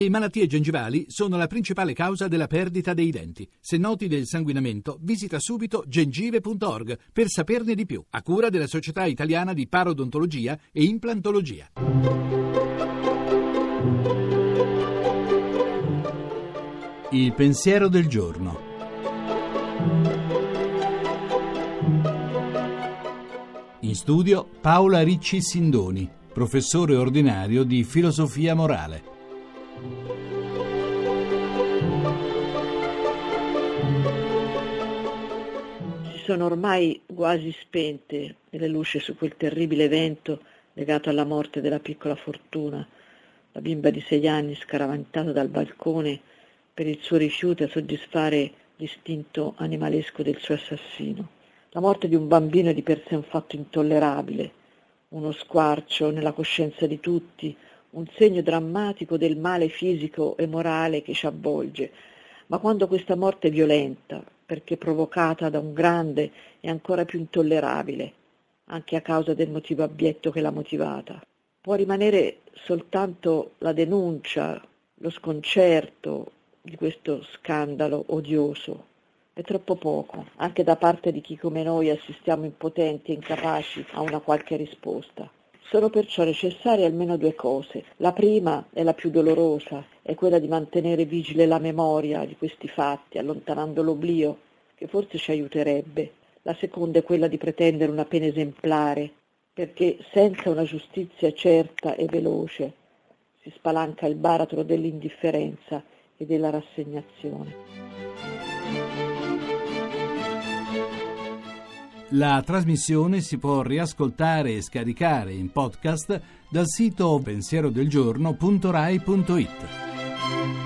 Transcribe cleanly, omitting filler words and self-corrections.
Le malattie gengivali sono la principale causa della perdita dei denti. Se noti del sanguinamento, visita subito gengive.org per saperne di più, a cura della Società Italiana di Parodontologia e Implantologia. Il pensiero del giorno. In studio Paola Ricci Sindoni, professore ordinario di filosofia morale. Sono ormai quasi spente le luci su quel terribile evento legato alla morte della piccola Fortuna, la bimba di 6 anni scaraventata dal balcone per il suo rifiuto a soddisfare l'istinto animalesco del suo assassino. La morte di un bambino è di per sé un fatto intollerabile, uno squarcio nella coscienza di tutti, un segno drammatico del male fisico e morale che ci avvolge, ma quando questa morte è violenta, perché provocata da un grande e ancora più intollerabile, anche a causa del motivo abietto che l'ha motivata. Può rimanere soltanto la denuncia, lo sconcerto di questo scandalo odioso. È troppo poco, anche da parte di chi come noi assistiamo impotenti e incapaci a una qualche risposta. Sono perciò necessarie almeno 2 cose. La prima è la più dolorosa, è quella di mantenere vigile la memoria di questi fatti, allontanando l'oblio, che forse ci aiuterebbe. La seconda è quella di pretendere una pena esemplare, perché senza una giustizia certa e veloce si spalanca il baratro dell'indifferenza e della rassegnazione. La trasmissione si può riascoltare e scaricare in podcast dal sito pensierodelgiorno.rai.it.